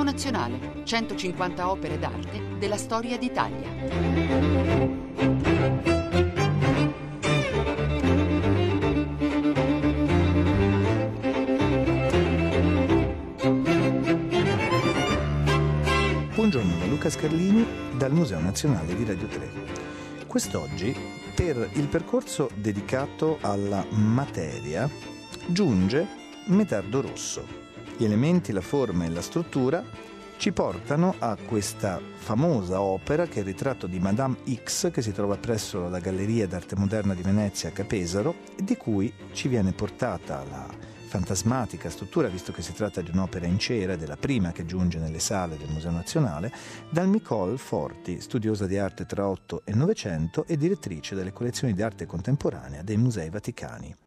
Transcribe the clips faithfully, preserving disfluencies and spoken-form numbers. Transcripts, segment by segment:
Nazionale, centocinquanta opere d'arte della storia d'Italia. Buongiorno da Luca Scarlini dal Museo Nazionale di Radio tre. Quest'oggi, per il percorso dedicato alla materia, giunge Medardo Rosso. Gli elementi, la forma e la struttura ci portano a questa famosa opera che è il ritratto di Madame X, che si trova presso la Galleria d'Arte Moderna di Venezia a Capesaro, e di cui ci viene portata la fantasmatica struttura, visto che si tratta di un'opera in cera ed è la prima che giunge nelle sale del Museo Nazionale, dal Micol Forti, studiosa di arte tra otto e novecento e direttrice delle collezioni di arte contemporanea dei Musei Vaticani.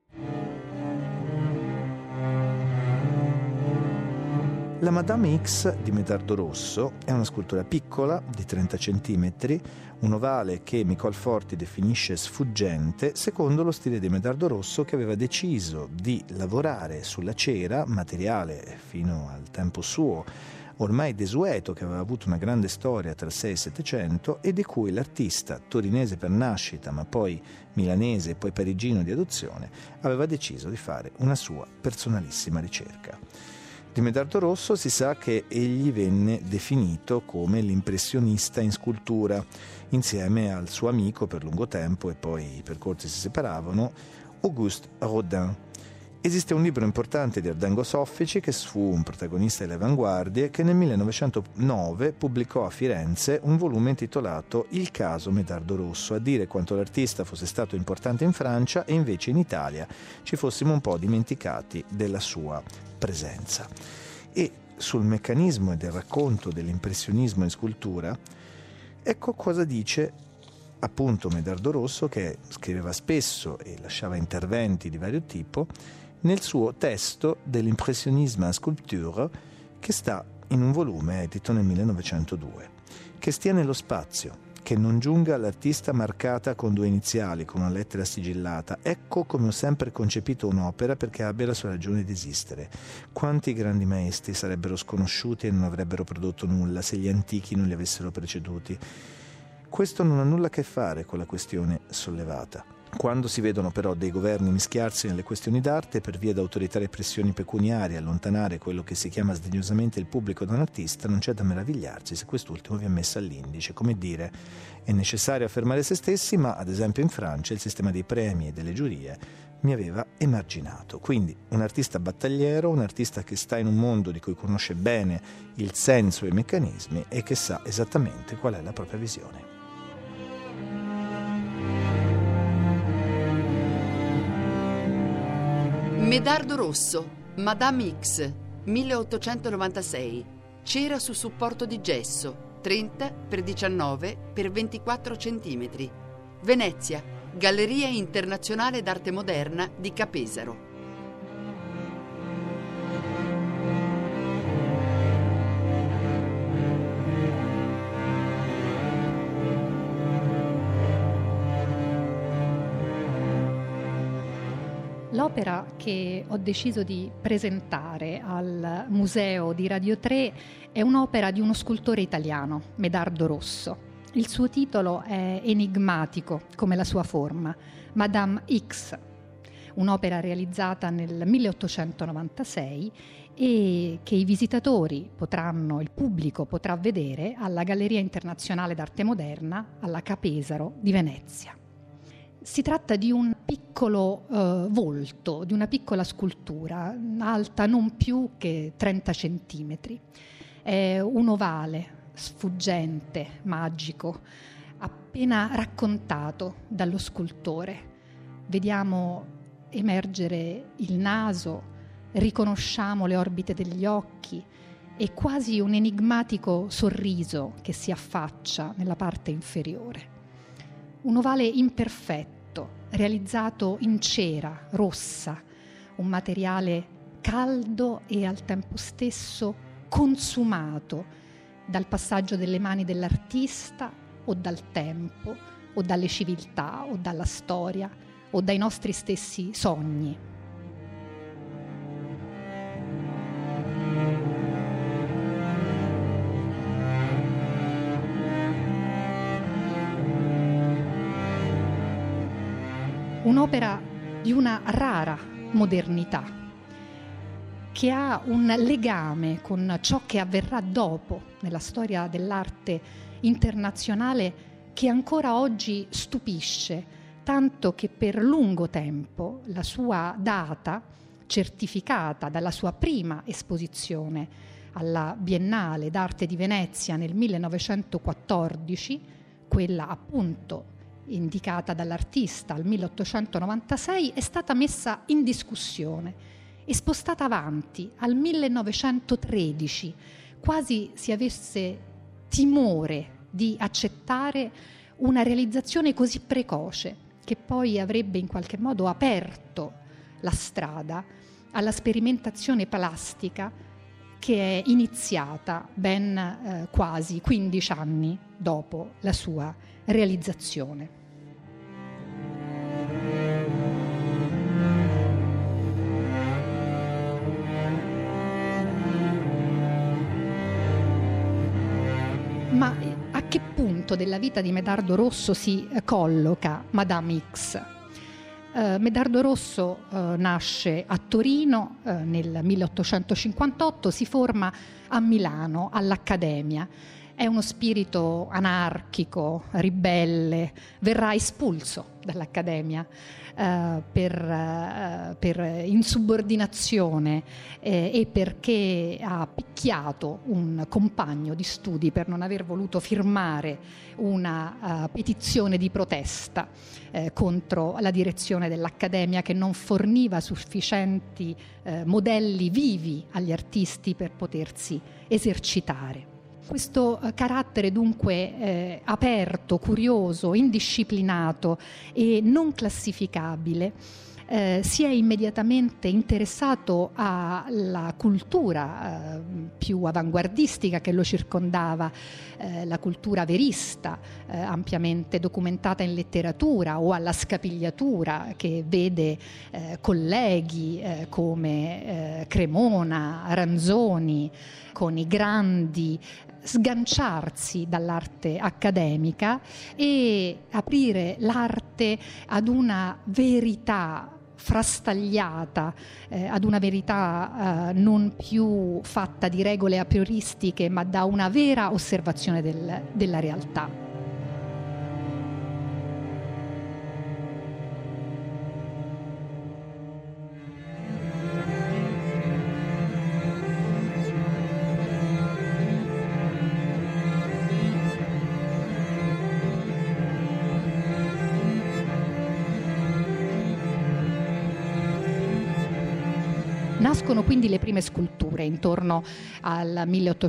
La Madame X di Medardo Rosso è una scultura piccola di trenta centimetri, un ovale che Micol Forti definisce sfuggente, secondo lo stile di Medardo Rosso, che aveva deciso di lavorare sulla cera, materiale fino al tempo suo ormai desueto, che aveva avuto una grande storia tra il sei e il settecento e di cui l'artista, torinese per nascita ma poi milanese e poi parigino di adozione, aveva deciso di fare una sua personalissima ricerca. Di Medardo Rosso si sa che egli venne definito come l'impressionista in scultura, insieme al suo amico per lungo tempo, e poi i percorsi si separavano, Auguste Rodin. Esiste un libro importante di Ardengo Soffici, che fu un protagonista delle avanguardie, che nel millenovecentonove pubblicò a Firenze un volume intitolato Il caso Medardo Rosso, a dire quanto l'artista fosse stato importante in Francia e invece in Italia ci fossimo un po' dimenticati della sua presenza. E sul meccanismo e del racconto dell'impressionismo in scultura, ecco cosa dice appunto Medardo Rosso, che scriveva spesso e lasciava interventi di vario tipo, nel suo testo dell'impressionisme en sculpture, che sta in un volume edito nel millenovecentodue. Che stia nello spazio, che non giunga all'artista marcata con due iniziali, con una lettera sigillata. Ecco come ho sempre concepito un'opera perché abbia la sua ragione di esistere. Quanti grandi maestri sarebbero sconosciuti e non avrebbero prodotto nulla se gli antichi non li avessero preceduti. Questo non ha nulla a che fare con la questione sollevata. Quando si vedono però dei governi mischiarsi nelle questioni d'arte per via di autoritarie pressioni pecuniarie, allontanare quello che si chiama sdegnosamente il pubblico da un artista, non c'è da meravigliarsi se quest'ultimo vi è messo all'indice. Come dire, è necessario affermare se stessi, ma ad esempio in Francia il sistema dei premi e delle giurie mi aveva emarginato. Quindi un artista battagliero, un artista che sta in un mondo di cui conosce bene il senso e i meccanismi e che sa esattamente qual è la propria visione. Medardo Rosso, Madame X, milleottocentonovantasei. Cera su supporto di gesso, trenta per diciannove per ventiquattro centimetri. Venezia, Galleria Internazionale d'Arte Moderna di Capesaro. L'opera che ho deciso di presentare al Museo di Radio tre è un'opera di uno scultore italiano, Medardo Rosso. Il suo titolo è enigmatico, come la sua forma, Madame X, un'opera realizzata nel milleottocentonovantasei e che i visitatori potranno, il pubblico potrà vedere alla Galleria Internazionale d'Arte Moderna alla Capesaro di Venezia. Si tratta di un piccolo eh, volto, di una piccola scultura, alta non più che trenta centimetri. È un ovale sfuggente, magico, appena raccontato dallo scultore. Vediamo emergere il naso, riconosciamo le orbite degli occhi e quasi un enigmatico sorriso che si affaccia nella parte inferiore. Un ovale imperfetto, realizzato in cera rossa, un materiale caldo e al tempo stesso consumato dal passaggio delle mani dell'artista o dal tempo o dalle civiltà o dalla storia o dai nostri stessi sogni. un'opera di una rara modernità, che ha un legame con ciò che avverrà dopo nella storia dell'arte internazionale, che ancora oggi stupisce, tanto che per lungo tempo la sua data, certificata dalla sua prima esposizione alla Biennale d'Arte di Venezia nel millenovecentoquattordici, quella appunto indicata dall'artista al milleottocentonovantasei, è stata messa in discussione e spostata avanti al millenovecentotredici, quasi si avesse timore di accettare una realizzazione così precoce, che poi avrebbe in qualche modo aperto la strada alla sperimentazione plastica che è iniziata ben eh, quasi quindici anni dopo la sua realizzazione. Ma a che punto della vita di Medardo Rosso si colloca Madame X? Uh, Medardo Rosso uh, nasce a Torino uh, nel milleottocentocinquantotto, si forma a Milano all'Accademia. È uno spirito anarchico, ribelle, verrà espulso dall'Accademia uh, per, uh, per insubordinazione eh, e perché ha picchiato un compagno di studi per non aver voluto firmare una uh, petizione di protesta eh, contro la direzione dell'Accademia, che non forniva sufficienti eh, modelli vivi agli artisti per potersi esercitare. Questo carattere dunque eh, aperto, curioso, indisciplinato e non classificabile eh, si è immediatamente interessato alla cultura eh, più avanguardistica che lo circondava, eh, la cultura verista, eh, ampiamente documentata in letteratura, o alla scapigliatura, che vede eh, colleghi eh, come eh, Cremona, Ranzoni, con i grandi sganciarsi dall'arte accademica e aprire l'arte ad una verità frastagliata, eh, ad una verità eh, non più fatta di regole a prioristiche, ma da una vera osservazione del, della realtà. Nascono quindi le prime sculture intorno al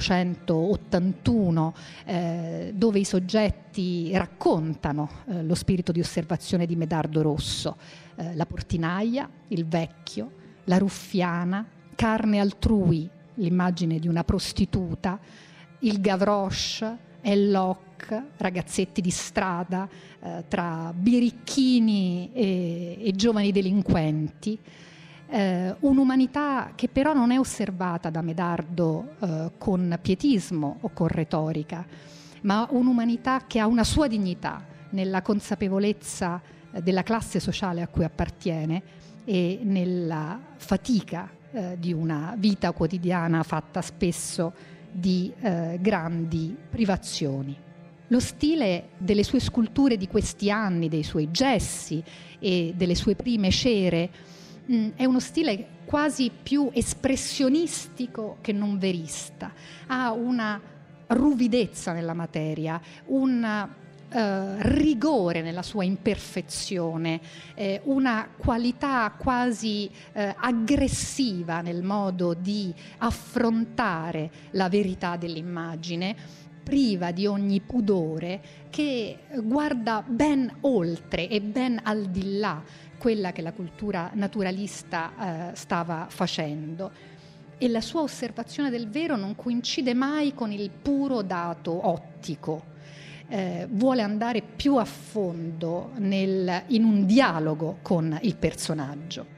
milleottocentottantuno, eh, dove i soggetti raccontano eh, lo spirito di osservazione di Medardo Rosso. Eh, la portinaia, il vecchio, la ruffiana, carne altrui, l'immagine di una prostituta, il Gavroche, Elloc, ragazzetti di strada, eh, tra birichini e, e giovani delinquenti. Eh, un'umanità che però non è osservata da Medardo eh, con pietismo o con retorica, ma un'umanità che ha una sua dignità nella consapevolezza eh, della classe sociale a cui appartiene e nella fatica eh, di una vita quotidiana fatta spesso di eh, grandi privazioni. Lo stile delle sue sculture di questi anni, dei suoi gessi e delle sue prime cere è uno stile quasi più espressionistico che non verista. Ha una ruvidezza nella materia, un Uh, rigore nella sua imperfezione, eh, una qualità quasi eh, aggressiva nel modo di affrontare la verità dell'immagine, priva di ogni pudore, che guarda ben oltre e ben al di là quella che la cultura naturalista eh, stava facendo. E la sua osservazione del vero non coincide mai con il puro dato ottico. Eh, vuole andare più a fondo nel, in un dialogo con il personaggio.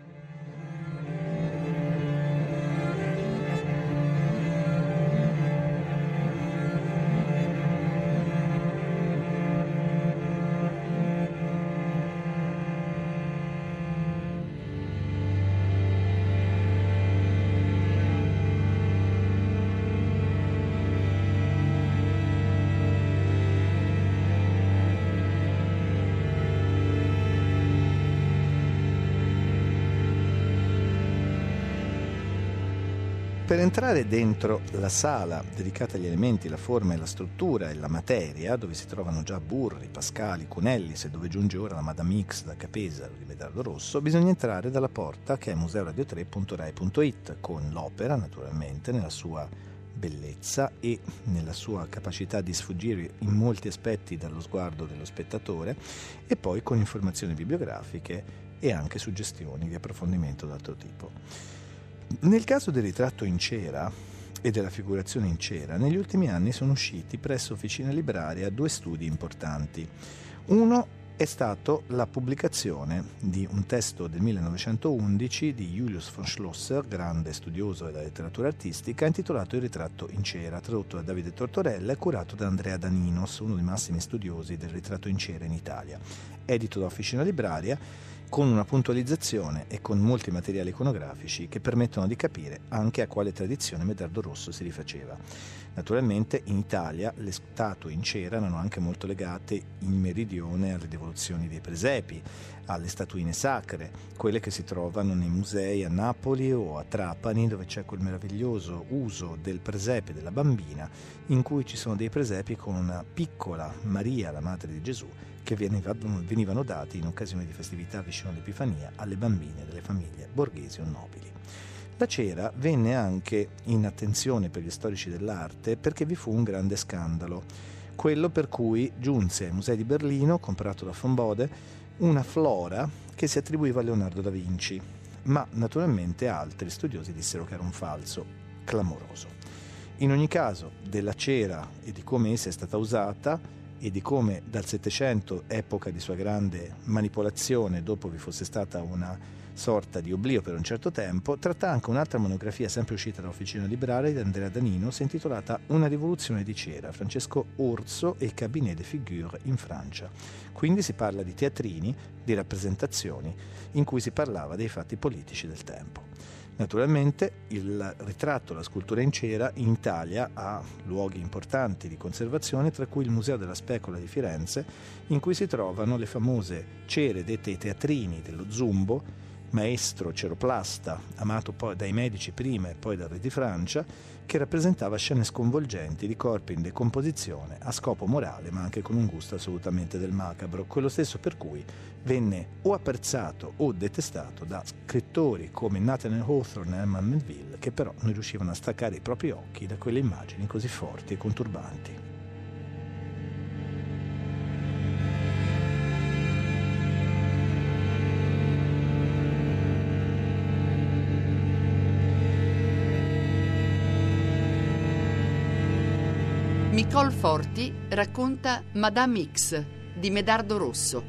Per entrare dentro la sala dedicata agli elementi, la forma e la struttura e la materia, dove si trovano già Burri, Pascali, Cunellis e dove giunge ora la Madame X da Capesaro di Medardo Rosso, bisogna entrare dalla porta che è museo radio tre punto rai punto it, con l'opera naturalmente nella sua bellezza e nella sua capacità di sfuggire in molti aspetti dallo sguardo dello spettatore, e poi con informazioni bibliografiche e anche suggestioni di approfondimento d'altro tipo. Nel caso del ritratto in cera e della figurazione in cera, negli ultimi anni sono usciti presso Officina Libraria due studi importanti. Uno è stato la pubblicazione di un testo del millenovecentoundici di Julius von Schlosser, grande studioso della letteratura artistica, intitolato Il ritratto in cera, tradotto da Davide Tortorella e curato da Andrea Daninos, uno dei massimi studiosi del ritratto in cera in Italia. Edito da Officina Libraria, con una puntualizzazione e con molti materiali iconografici che permettono di capire anche a quale tradizione Medardo Rosso si rifaceva. Naturalmente in Italia le statue in cera erano anche molto legate in meridione alle devoluzioni dei presepi, alle statuine sacre, quelle che si trovano nei musei a Napoli o a Trapani, dove c'è quel meraviglioso uso del presepe della bambina, in cui ci sono dei presepi con una piccola Maria, la madre di Gesù, che venivano dati in occasione di festività vicino all'Epifania alle bambine delle famiglie borghesi o nobili. La cera venne anche in attenzione per gli storici dell'arte perché vi fu un grande scandalo, quello per cui giunse ai musei di Berlino, comprato da von Bode, una flora che si attribuiva a Leonardo da Vinci, ma naturalmente altri studiosi dissero che era un falso clamoroso. In ogni caso, della cera e di come essa è stata usata e di come dal Settecento, epoca di sua grande manipolazione, dopo vi fosse stata una sorta di oblio per un certo tempo, tratta anche un'altra monografia sempre uscita da Officina Libraria di Andrea Daninos, intitolata Una rivoluzione di cera, Francesco Orso e Cabinet de Figure in Francia. Quindi si parla di teatrini, di rappresentazioni in cui si parlava dei fatti politici del tempo. Naturalmente il ritratto, la scultura in cera in Italia ha luoghi importanti di conservazione, tra cui il Museo della Specola di Firenze, in cui si trovano le famose cere dette ai teatrini dello Zumbo, maestro ceroplasta, amato poi dai medici prima e poi dal re di Francia, che rappresentava scene sconvolgenti di corpi in decomposizione a scopo morale, ma anche con un gusto assolutamente del macabro, quello stesso per cui venne o apprezzato o detestato da scrittori come Nathaniel Hawthorne e Herman Melville, che però non riuscivano a staccare i propri occhi da quelle immagini così forti e conturbanti. Nicole Forti racconta Madame X di Medardo Rosso.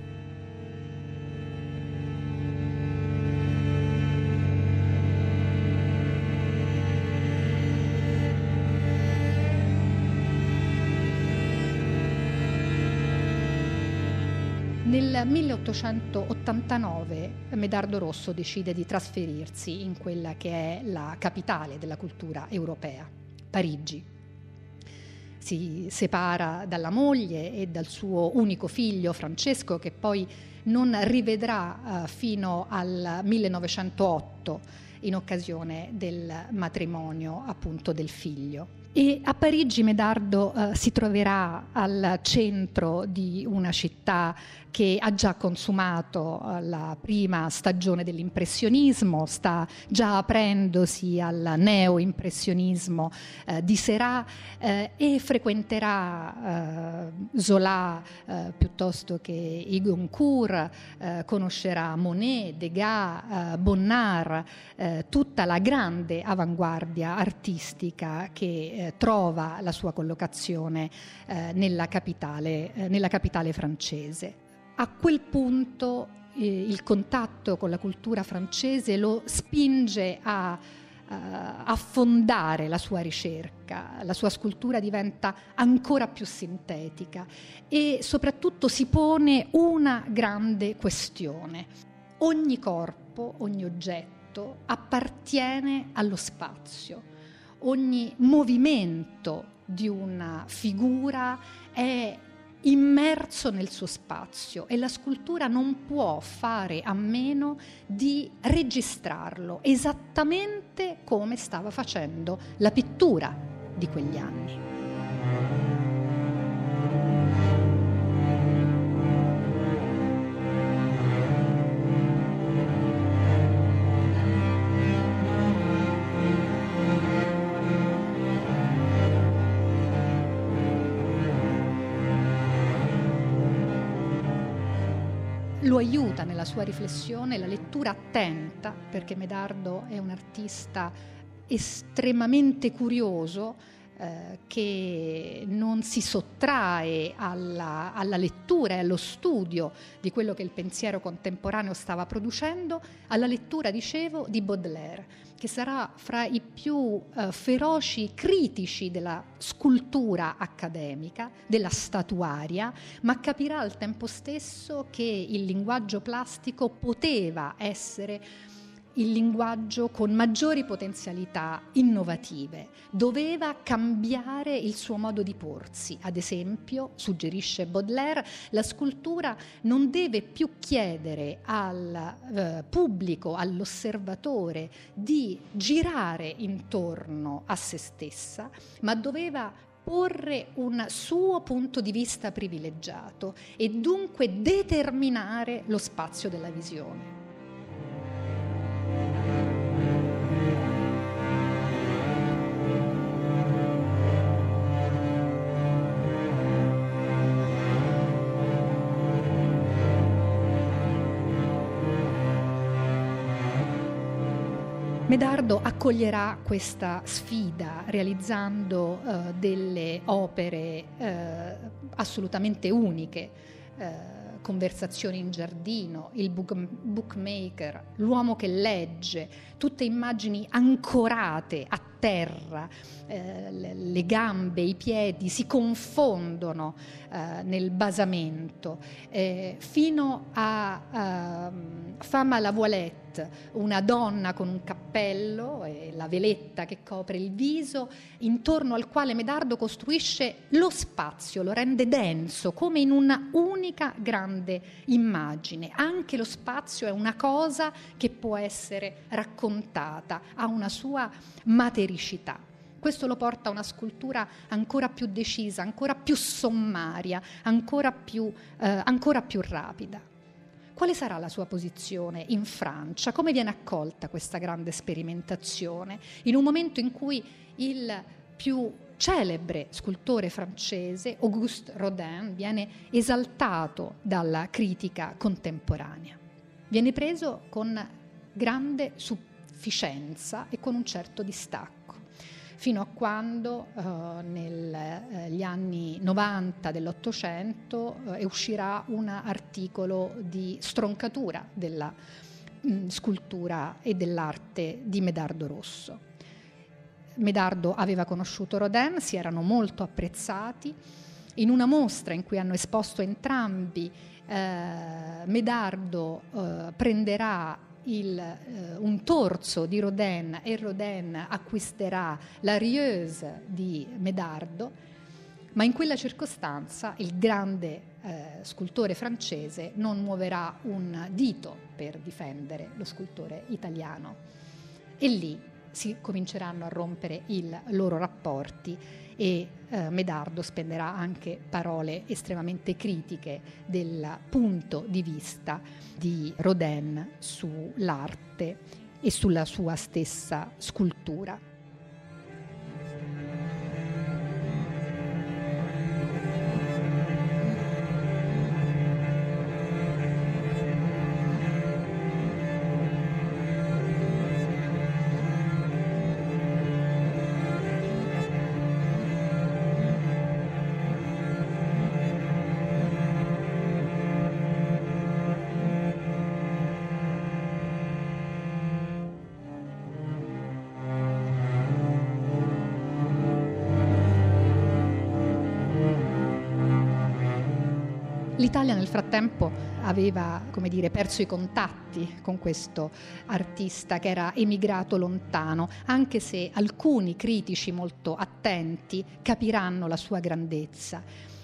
Nel milleottocentottantanove Medardo Rosso decide di trasferirsi in quella che è la capitale della cultura europea, Parigi. Si separa dalla moglie e dal suo unico figlio Francesco, che poi non rivedrà uh, fino al millenovecentootto in occasione del matrimonio appunto del figlio. E a Parigi Medardo uh, si troverà al centro di una città che ha già consumato uh, la prima stagione dell'impressionismo, sta già aprendosi al neo-impressionismo uh, di Seurat uh, e frequenterà uh, Zola uh, piuttosto che Goncourt, uh, conoscerà Monet, Degas, uh, Bonnard, uh, tutta la grande avanguardia artistica che eh, trova la sua collocazione eh, nella capitale, eh, nella capitale francese. A quel punto eh, il contatto con la cultura francese lo spinge a eh, affondare la sua ricerca, la sua scultura diventa ancora più sintetica e soprattutto si pone una grande questione. Ogni corpo, ogni oggetto appartiene allo spazio. Ogni movimento di una figura è immerso nel suo spazio, e la scultura non può fare a meno di registrarlo esattamente come stava facendo la pittura di quegli anni. Lo aiuta nella sua riflessione la lettura attenta, perché Medardo è un artista estremamente curioso, eh, che non si sottrae alla, alla lettura e allo studio di quello che il pensiero contemporaneo stava producendo, alla lettura, dicevo, di Baudelaire, che sarà fra i più eh, feroci critici della scultura accademica, della statuaria, ma capirà al tempo stesso che il linguaggio plastico poteva essere il linguaggio con maggiori potenzialità innovative, doveva cambiare il suo modo di porsi. Ad esempio, suggerisce Baudelaire, la scultura non deve più chiedere al eh, pubblico, all'osservatore, di girare intorno a se stessa, ma doveva porre un suo punto di vista privilegiato e dunque determinare lo spazio della visione. Medardo accoglierà questa sfida realizzando eh, delle opere eh, assolutamente uniche, eh, Conversazioni in giardino, Il book, bookmaker, L'uomo che legge, tutte immagini ancorate a terra, eh, le gambe, i piedi si confondono eh, nel basamento, eh, fino a uh, Femme à la voilette, una donna con un cappello e la veletta che copre il viso, intorno al quale Medardo costruisce lo spazio, lo rende denso, come in una unica grande immagine. Anche lo spazio è una cosa che può essere raccontata, ha una sua matericità. Questo lo porta a una scultura ancora più decisa, ancora più sommaria, ancora più, eh, ancora più rapida. Quale sarà la sua posizione in Francia? Come viene accolta questa grande sperimentazione in un momento in cui il più celebre scultore francese, Auguste Rodin, viene esaltato dalla critica contemporanea? Viene preso con grande sufficienza e con un certo distacco, fino a quando eh, negli eh, anni novanta dell'Ottocento eh, uscirà un articolo di stroncatura della mh, scultura e dell'arte di Medardo Rosso. Medardo aveva conosciuto Rodin, si erano molto apprezzati. In una mostra in cui hanno esposto entrambi, eh, Medardo eh, prenderà Il, eh, un torso di Rodin e Rodin acquisterà la Rieuse di Medardo, ma in quella circostanza il grande eh, scultore francese non muoverà un dito per difendere lo scultore italiano, e lì si cominceranno a rompere i loro rapporti e eh, Medardo spenderà anche parole estremamente critiche del punto di vista di Rodin sull'arte e sulla sua stessa scultura. L'Italia nel frattempo aveva, come dire, perso i contatti con questo artista che era emigrato lontano, anche se alcuni critici molto attenti capiranno la sua grandezza.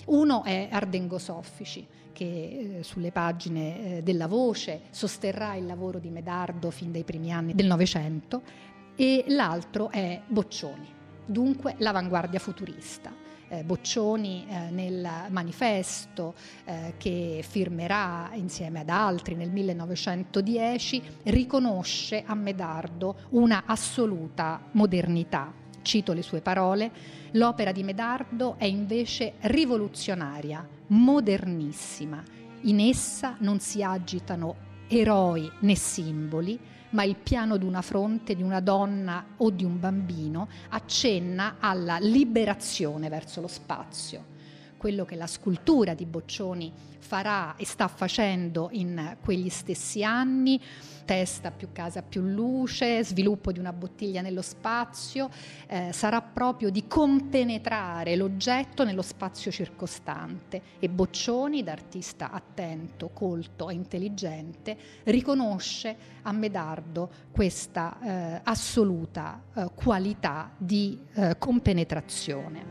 Uno è Ardengo Soffici, che eh, sulle pagine eh, della Voce sosterrà il lavoro di Medardo fin dai primi anni del Novecento, e l'altro è Boccioni, dunque l'avanguardia futurista. Eh, Boccioni eh, nel manifesto eh, che firmerà insieme ad altri nel millenovecentodieci riconosce a Medardo una assoluta modernità. Cito le sue parole: l'opera di Medardo è invece rivoluzionaria, modernissima. In essa non si agitano eroi né simboli, ma il piano di una fronte, di una donna o di un bambino accenna alla liberazione verso lo spazio. Quello che la scultura di Boccioni farà e sta facendo in quegli stessi anni: testa più casa più luce, sviluppo di una bottiglia nello spazio, eh, sarà proprio di compenetrare l'oggetto nello spazio circostante, e Boccioni, da artista attento, colto e intelligente, riconosce a Medardo questa eh, assoluta eh, qualità di eh, compenetrazione.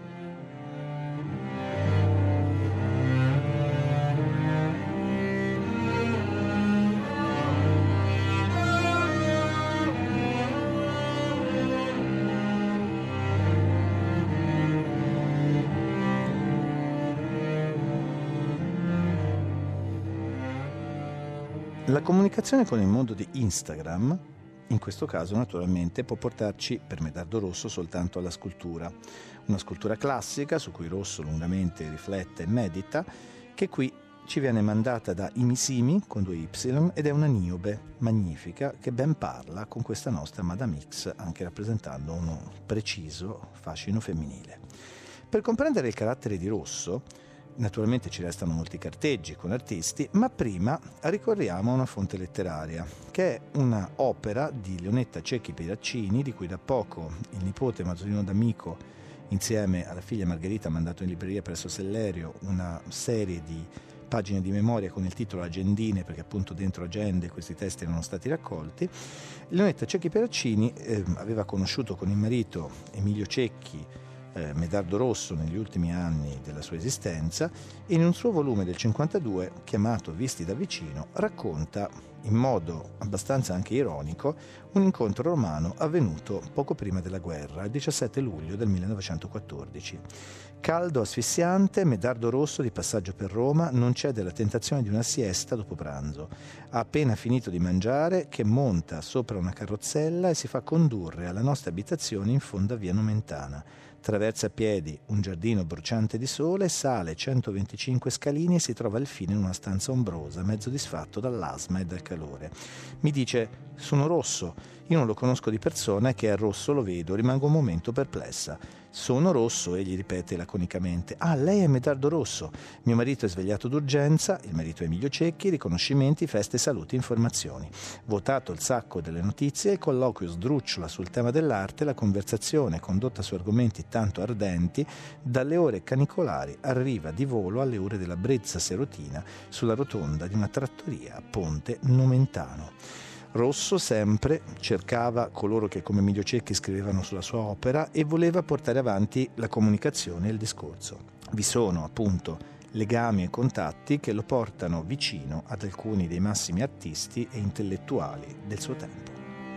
La comunicazione con il mondo di Instagram, in questo caso naturalmente, può portarci per Medardo Rosso soltanto alla scultura. Una scultura classica su cui Rosso lungamente riflette e medita, che qui ci viene mandata da Imisimi con due Y ed è una Niobe magnifica che ben parla con questa nostra Madame X, anche rappresentando un preciso fascino femminile. Per comprendere il carattere di Rosso, naturalmente ci restano molti carteggi con artisti, ma prima ricorriamo a una fonte letteraria, che è una opera di Leonetta Cecchi Pieraccini, di cui da poco il nipote Masolino D'Amico, insieme alla figlia Margherita, ha mandato in libreria presso Sellerio una serie di pagine di memoria con il titolo Agendine, perché appunto dentro agende questi testi erano stati raccolti. Leonetta Cecchi Pieraccini eh, aveva conosciuto con il marito Emilio Cecchi Eh, Medardo Rosso negli ultimi anni della sua esistenza, e in un suo volume del cinquantadue chiamato Visti da vicino racconta in modo abbastanza anche ironico un incontro romano avvenuto poco prima della guerra, il diciassette luglio del millenovecentoquattordici. Caldo, asfissiante, Medardo Rosso, di passaggio per Roma, non cede alla tentazione di una siesta dopo pranzo. Ha appena finito di mangiare che monta sopra una carrozzella e si fa condurre alla nostra abitazione in fondo a via Nomentana. Traversa a piedi un giardino bruciante di sole, sale centoventicinque scalini e si trova infine in una stanza ombrosa, mezzo disfatto dall'asma e dal calore. Mi dice: sono Rosso. Io non lo conosco di persona e che è Rosso lo vedo, rimango un momento perplessa. Sono Rosso, egli ripete laconicamente. Ah, lei è Medardo Rosso. Mio marito è svegliato d'urgenza, il marito è Emilio Cecchi, riconoscimenti, feste, saluti, informazioni. Votato il sacco delle notizie, il colloquio sdrucciola sul tema dell'arte, la conversazione condotta su argomenti tanto ardenti, dalle ore canicolari arriva di volo alle ore della brezza serotina sulla rotonda di una trattoria a Ponte Nomentano. Rosso sempre cercava coloro che come Emilio Cecchi scrivevano sulla sua opera e voleva portare avanti la comunicazione e il discorso. Vi sono appunto legami e contatti che lo portano vicino ad alcuni dei massimi artisti e intellettuali del suo tempo.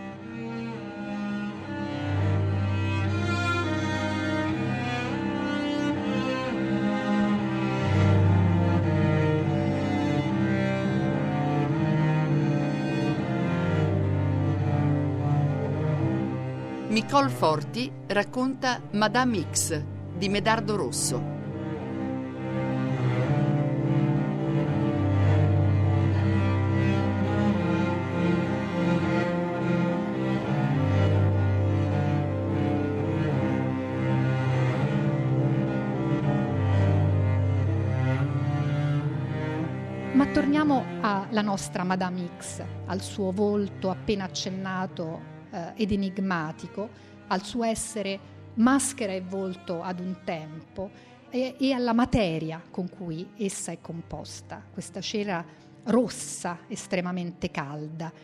Nicole Forti racconta Madame X di Medardo Rosso. Ma torniamo alla nostra Madame X, al suo volto appena accennato eh, ed enigmatico, al suo essere maschera e volto ad un tempo e, e alla materia con cui essa è composta, questa cera rossa estremamente calda.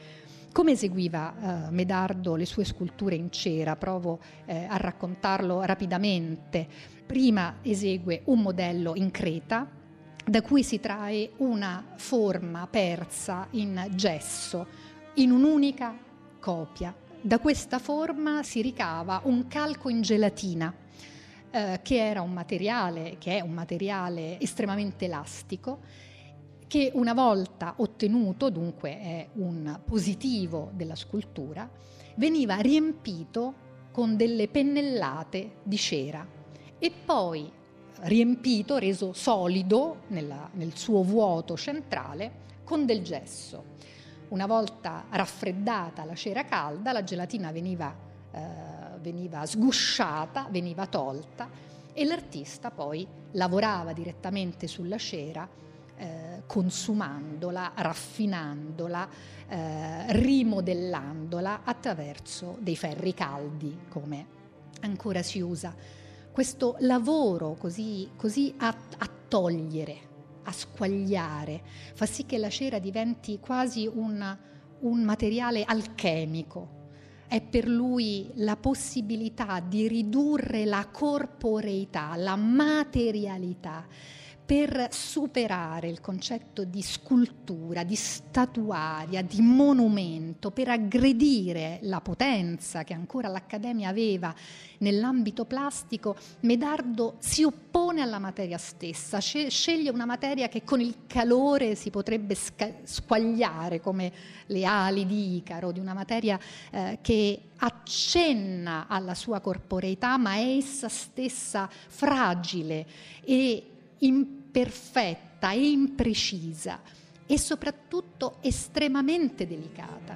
Come eseguiva eh, Medardo le sue sculture in cera? Provo eh, a raccontarlo rapidamente. Prima esegue un modello in creta, da cui si trae una forma persa in gesso, in un'unica copia. Da questa forma si ricava un calco in gelatina, eh, che era un materiale, che è un materiale estremamente elastico, che una volta ottenuto, dunque è un positivo della scultura, veniva riempito con delle pennellate di cera e poi riempito, reso solido nella, nel suo vuoto centrale con del gesso. Una volta raffreddata la cera calda, la gelatina veniva, eh, veniva sgusciata, veniva tolta e l'artista poi lavorava direttamente sulla cera, Eh, consumandola, raffinandola, eh, rimodellandola attraverso dei ferri caldi, come ancora si usa. Questo lavoro così, così a, a togliere, a squagliare, fa sì che la cera diventi quasi un, un materiale alchemico. È per lui la possibilità di ridurre la corporeità, la materialità, per superare il concetto di scultura, di statuaria, di monumento, per aggredire la potenza che ancora l'Accademia aveva nell'ambito plastico. Medardo si oppone alla materia stessa, sceglie una materia che con il calore si potrebbe sca- squagliare come le ali di Icaro, di una materia eh, che accenna alla sua corporeità, ma è essa stessa fragile e imperfetta e imprecisa e soprattutto estremamente delicata.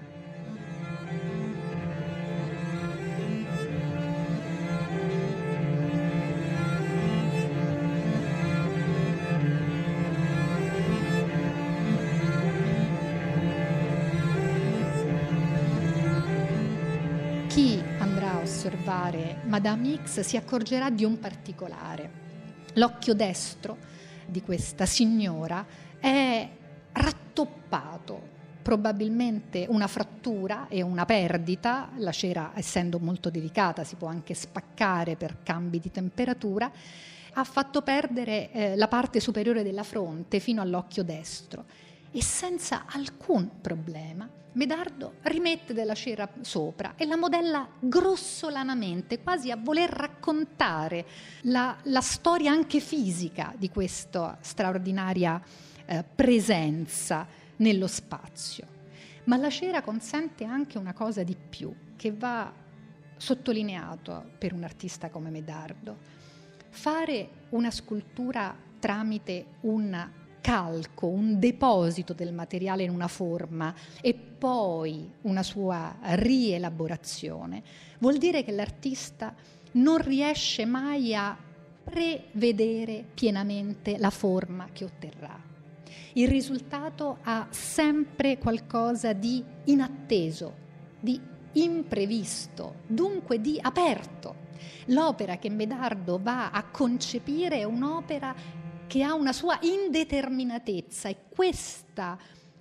Chi andrà a osservare Madame X si accorgerà di un particolare. L'occhio destro di questa signora è rattoppato, probabilmente una frattura e una perdita. La cera, essendo molto delicata, si può anche spaccare per cambi di temperatura. Ha fatto perdere eh, la parte superiore della fronte fino all'occhio destro e senza alcun problema Medardo rimette della cera sopra e la modella grossolanamente, quasi a voler raccontare la, la storia anche fisica di questa straordinaria eh, presenza nello spazio. Ma la cera consente anche una cosa di più, che va sottolineato per un artista come Medardo. Fare una scultura tramite un calco, un deposito del materiale in una forma e poi una sua rielaborazione, vuol dire che l'artista non riesce mai a prevedere pienamente la forma che otterrà. Il risultato ha sempre qualcosa di inatteso, di imprevisto, dunque di aperto. L'opera che Medardo va a concepire è un'opera che ha una sua indeterminatezza e questa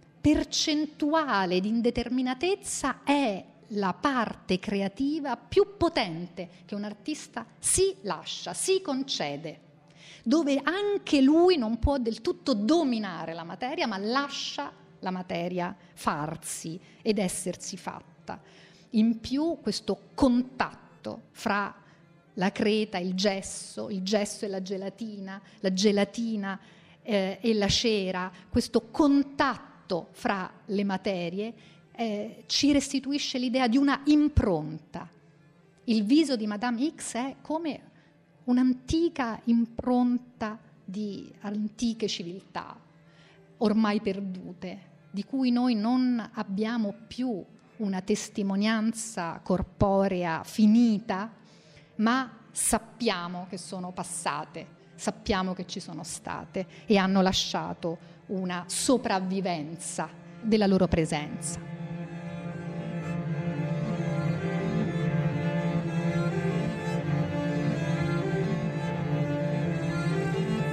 percentuale di indeterminatezza è la parte creativa più potente che un artista si lascia, si concede, dove anche lui non può del tutto dominare la materia, ma lascia la materia farsi ed essersi fatta. In più questo contatto fra la creta, il gesso, il gesso e la gelatina, la gelatina eh, e la cera, questo contatto fra le materie eh, ci restituisce l'idea di una impronta. Il viso di Madame X è come un'antica impronta di antiche civiltà, ormai perdute, di cui noi non abbiamo più una testimonianza corporea finita, ma sappiamo che sono passate, sappiamo che ci sono state e hanno lasciato una sopravvivenza della loro presenza.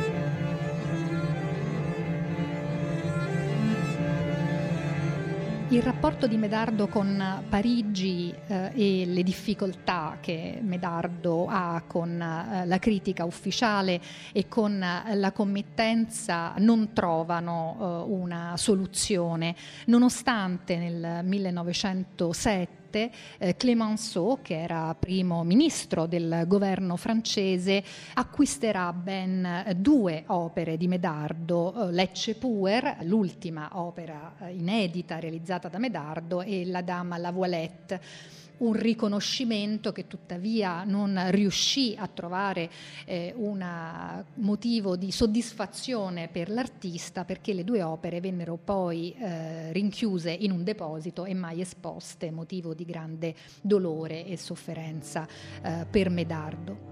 Il Il rapporto di Medardo con Parigi eh, e le difficoltà che Medardo ha con eh, la critica ufficiale e con eh, la committenza non trovano eh, una soluzione, nonostante nel millenovecentosette Eh, Clemenceau, che era primo ministro del governo francese, acquisterà ben eh, due opere di Medardo, eh, Lecce Puer, l'ultima opera eh, inedita realizzata da Medardo, e La Dame La Voilette, un riconoscimento che tuttavia non riuscì a trovare eh, un motivo di soddisfazione per l'artista, perché le due opere vennero poi eh, rinchiuse in un deposito e mai esposte, motivo di grande dolore e sofferenza eh, per Medardo.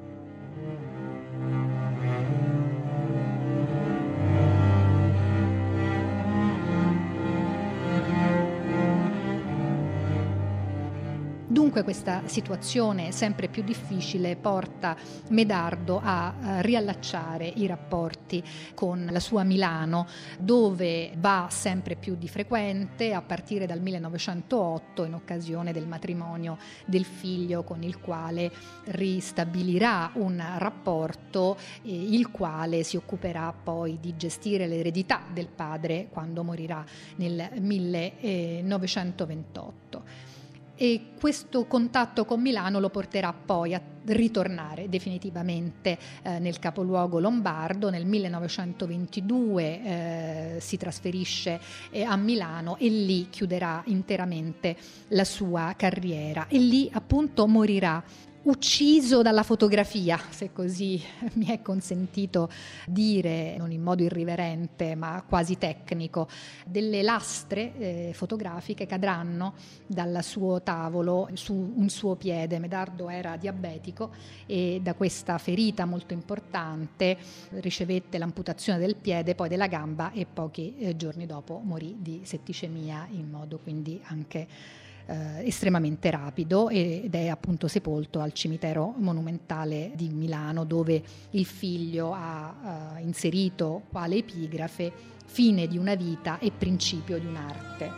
Dunque questa situazione sempre più difficile porta Medardo a eh, riallacciare i rapporti con la sua Milano, dove va sempre più di frequente a partire dal millenovecentootto, in occasione del matrimonio del figlio, con il quale ristabilirà un rapporto, eh, il quale si occuperà poi di gestire l'eredità del padre quando morirà nel millenovecentoventotto. E questo contatto con Milano lo porterà poi a ritornare definitivamente eh, nel capoluogo lombardo. Nel millenovecentoventidue eh, si trasferisce eh, a Milano e lì chiuderà interamente la sua carriera e lì appunto morirà, ucciso dalla fotografia, se così mi è consentito dire, non in modo irriverente ma quasi tecnico. Delle lastre eh, fotografiche cadranno dal suo tavolo su un suo piede. Medardo era diabetico e da questa ferita molto importante ricevette l'amputazione del piede, poi della gamba, e pochi eh, giorni dopo morì di setticemia, in modo quindi anche Eh, estremamente rapido, ed è appunto sepolto al cimitero monumentale di Milano, dove il figlio ha eh, inserito quale epigrafe: fine di una vita e principio di un'arte.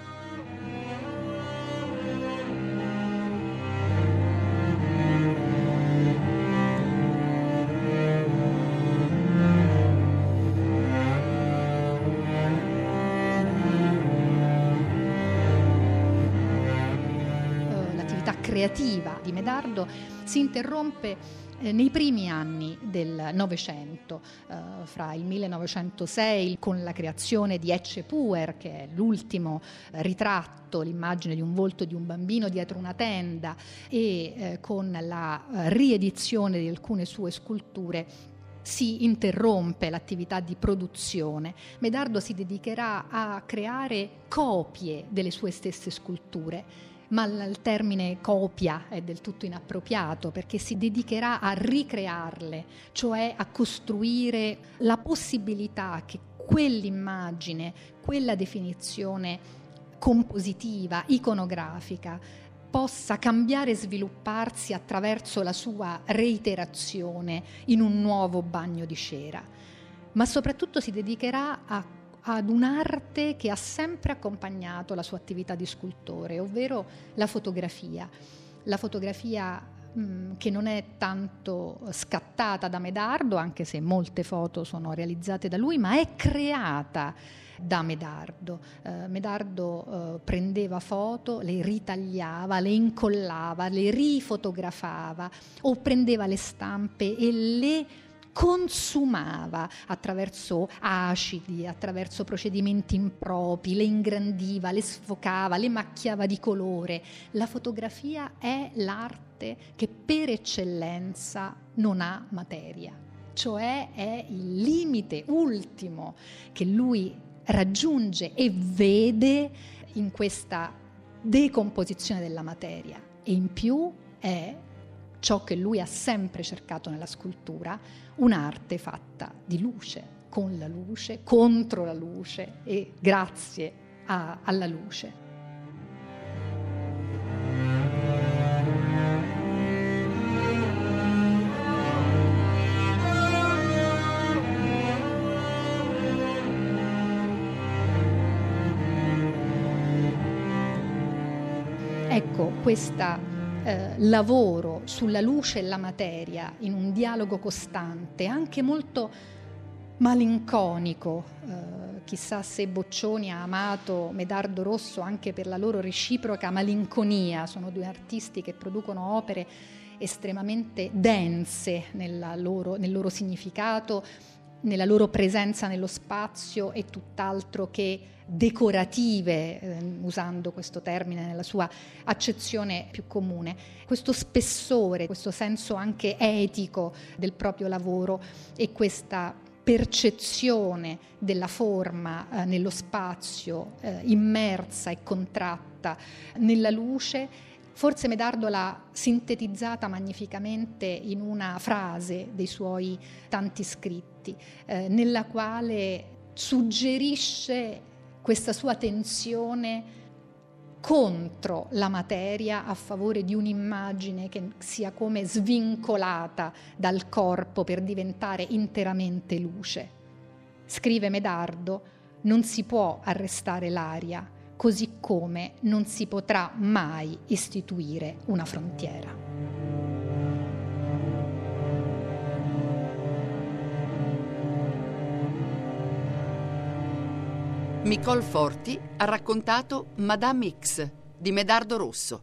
Creativa di Medardo si interrompe eh, nei primi anni del Novecento, eh, fra il millenovecentosei con la creazione di Ecce Puer, che è l'ultimo eh, ritratto, l'immagine di un volto di un bambino dietro una tenda, e eh, con la eh, riedizione di alcune sue sculture si interrompe l'attività di produzione. Medardo si dedicherà a creare copie delle sue stesse sculture, ma il termine copia è del tutto inappropriato, perché si dedicherà a ricrearle, cioè a costruire la possibilità che quell'immagine, quella definizione compositiva, iconografica, possa cambiare e svilupparsi attraverso la sua reiterazione in un nuovo bagno di cera. Ma soprattutto si dedicherà a ad un'arte che ha sempre accompagnato la sua attività di scultore, ovvero la fotografia. La fotografia mh, che non è tanto scattata da Medardo, anche se molte foto sono realizzate da lui, ma è creata da Medardo. Eh, Medardo eh, prendeva foto, le ritagliava, le incollava, le rifotografava, o prendeva le stampe e le consumava attraverso acidi, attraverso procedimenti impropri, le ingrandiva, le sfocava, le macchiava di colore. La fotografia è l'arte che per eccellenza non ha materia, cioè è il limite ultimo che lui raggiunge e vede in questa decomposizione della materia, e in più è ciò che lui ha sempre cercato nella scultura: un'arte fatta di luce, con la luce, contro la luce e grazie a, alla luce. proprio questo eh, lavoro sulla luce e la materia in un dialogo costante, anche molto malinconico. Eh, chissà se Boccioni ha amato Medardo Rosso anche per la loro reciproca malinconia. Sono due artisti che producono opere estremamente dense nella loro, nel loro significato, nella loro presenza nello spazio e tutt'altro che decorative, eh, usando questo termine nella sua accezione più comune. Questo spessore, questo senso anche etico del proprio lavoro e questa percezione della forma eh, nello spazio, eh, immersa e contratta nella luce, forse Medardo l'ha sintetizzata magnificamente in una frase dei suoi tanti scritti, eh, nella quale suggerisce questa sua tensione contro la materia a favore di un'immagine che sia come svincolata dal corpo per diventare interamente luce. Scrive Medardo: non si può arrestare l'aria, così come non si potrà mai istituire una frontiera. Micol Forti ha raccontato Madame X di Medardo Rosso.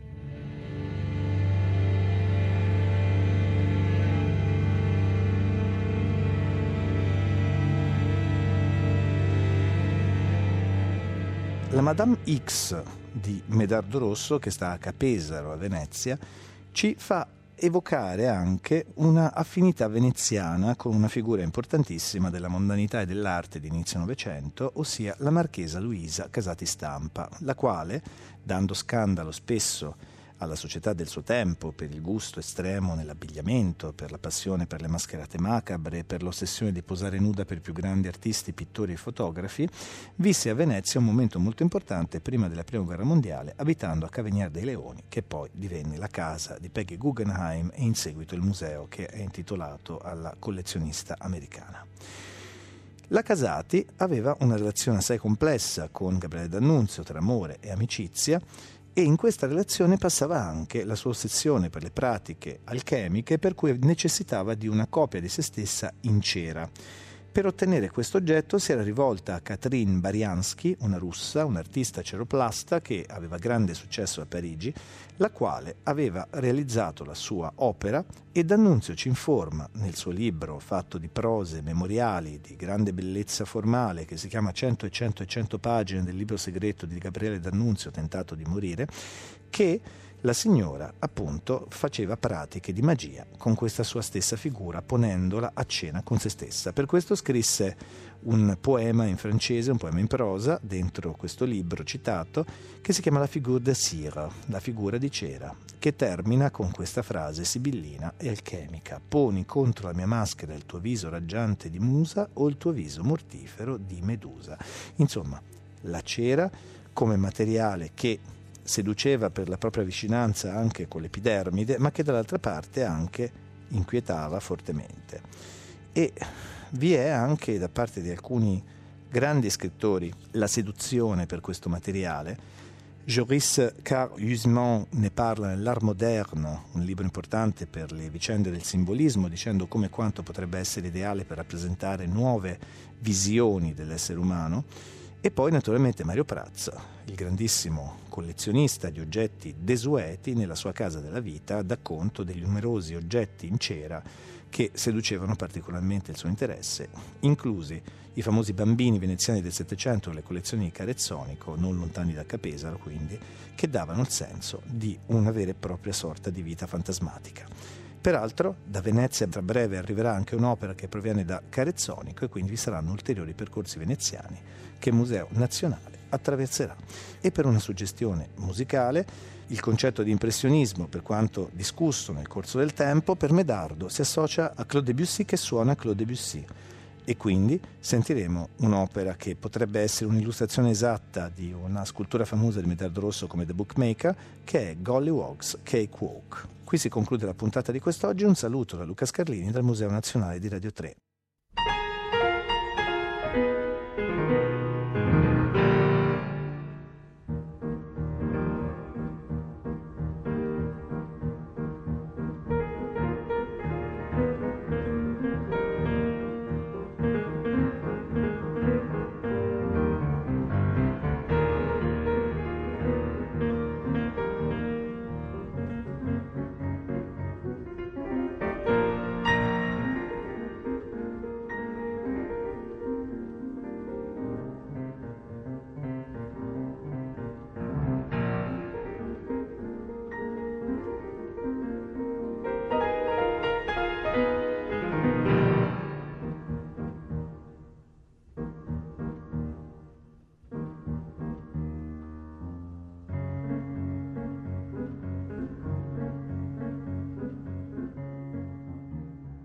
La Madame X di Medardo Rosso, che sta a Capesaro, a Venezia, ci fa evocare anche una affinità veneziana con una figura importantissima della mondanità e dell'arte di inizio Novecento, ossia la marchesa Luisa Casati Stampa, la quale, dando scandalo spesso alla società del suo tempo per il gusto estremo nell'abbigliamento, per la passione per le mascherate macabre, per l'ossessione di posare nuda per i più grandi artisti, pittori e fotografi, visse a Venezia un momento molto importante prima della Prima Guerra Mondiale, abitando a Cavagnare dei Leoni, che poi divenne la casa di Peggy Guggenheim e in seguito il museo che è intitolato alla collezionista americana. La Casati aveva una relazione assai complessa con Gabriele D'Annunzio tra amore e amicizia, e in questa relazione passava anche la sua ossessione per le pratiche alchemiche, per cui necessitava di una copia di se stessa in cera. Per ottenere questo oggetto si era rivolta a Katrin Bariansky, una russa, un'artista ceroplasta che aveva grande successo a Parigi, la quale aveva realizzato la sua opera, e D'Annunzio ci informa nel suo libro fatto di prose memoriali di grande bellezza formale, che si chiama cento e cento e cento pagine del libro segreto di Gabriele D'Annunzio, tentato di morire, che la signora appunto faceva pratiche di magia con questa sua stessa figura, ponendola a cena con se stessa. Per questo scrisse un poema in francese, un poema in prosa, dentro questo libro citato, che si chiama La figure de cire, la figura di cera, che termina con questa frase sibillina e alchemica: poni contro la mia maschera il tuo viso raggiante di musa o il tuo viso mortifero di medusa. Insomma, la cera come materiale che seduceva per la propria vicinanza anche con l'epidermide, ma che dall'altra parte anche inquietava fortemente. E vi è anche da parte di alcuni grandi scrittori la seduzione per questo materiale. Joris Carl Huysmans ne parla nell'Art moderne, un libro importante per le vicende del simbolismo, dicendo come quanto potrebbe essere ideale per rappresentare nuove visioni dell'essere umano. E poi naturalmente Mario Praz, il grandissimo collezionista di oggetti desueti, nella sua casa della vita dà conto degli numerosi oggetti in cera che seducevano particolarmente il suo interesse, inclusi i famosi bambini veneziani del Settecento, le collezioni di Carezzonico, non lontani da Capesaro quindi, che davano il senso di una vera e propria sorta di vita fantasmatica. Peraltro da Venezia tra breve arriverà anche un'opera che proviene da Carezzonico, e quindi vi saranno ulteriori percorsi veneziani che il Museo Nazionale attraverserà. E per una suggestione musicale, il concetto di impressionismo, per quanto discusso nel corso del tempo, per Medardo si associa a Claude Debussy, che suona Claude Debussy, e quindi sentiremo un'opera che potrebbe essere un'illustrazione esatta di una scultura famosa di Medardo Rosso come The Bookmaker, che è Gollywog's Cakewalk. Qui si conclude la puntata di quest'oggi. Un saluto da Luca Scarlini dal Museo Nazionale di Radio tre.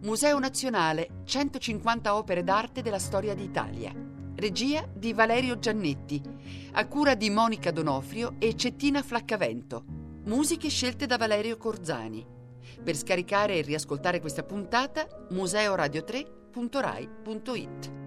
Museo Nazionale, centocinquanta opere d'arte della storia d'Italia. Regia di Valerio Giannetti, a cura di Monica Donofrio e Cettina Flaccavento. Musiche scelte da Valerio Corzani. Per scaricare e riascoltare questa puntata, museo radio tre punto rai punto it.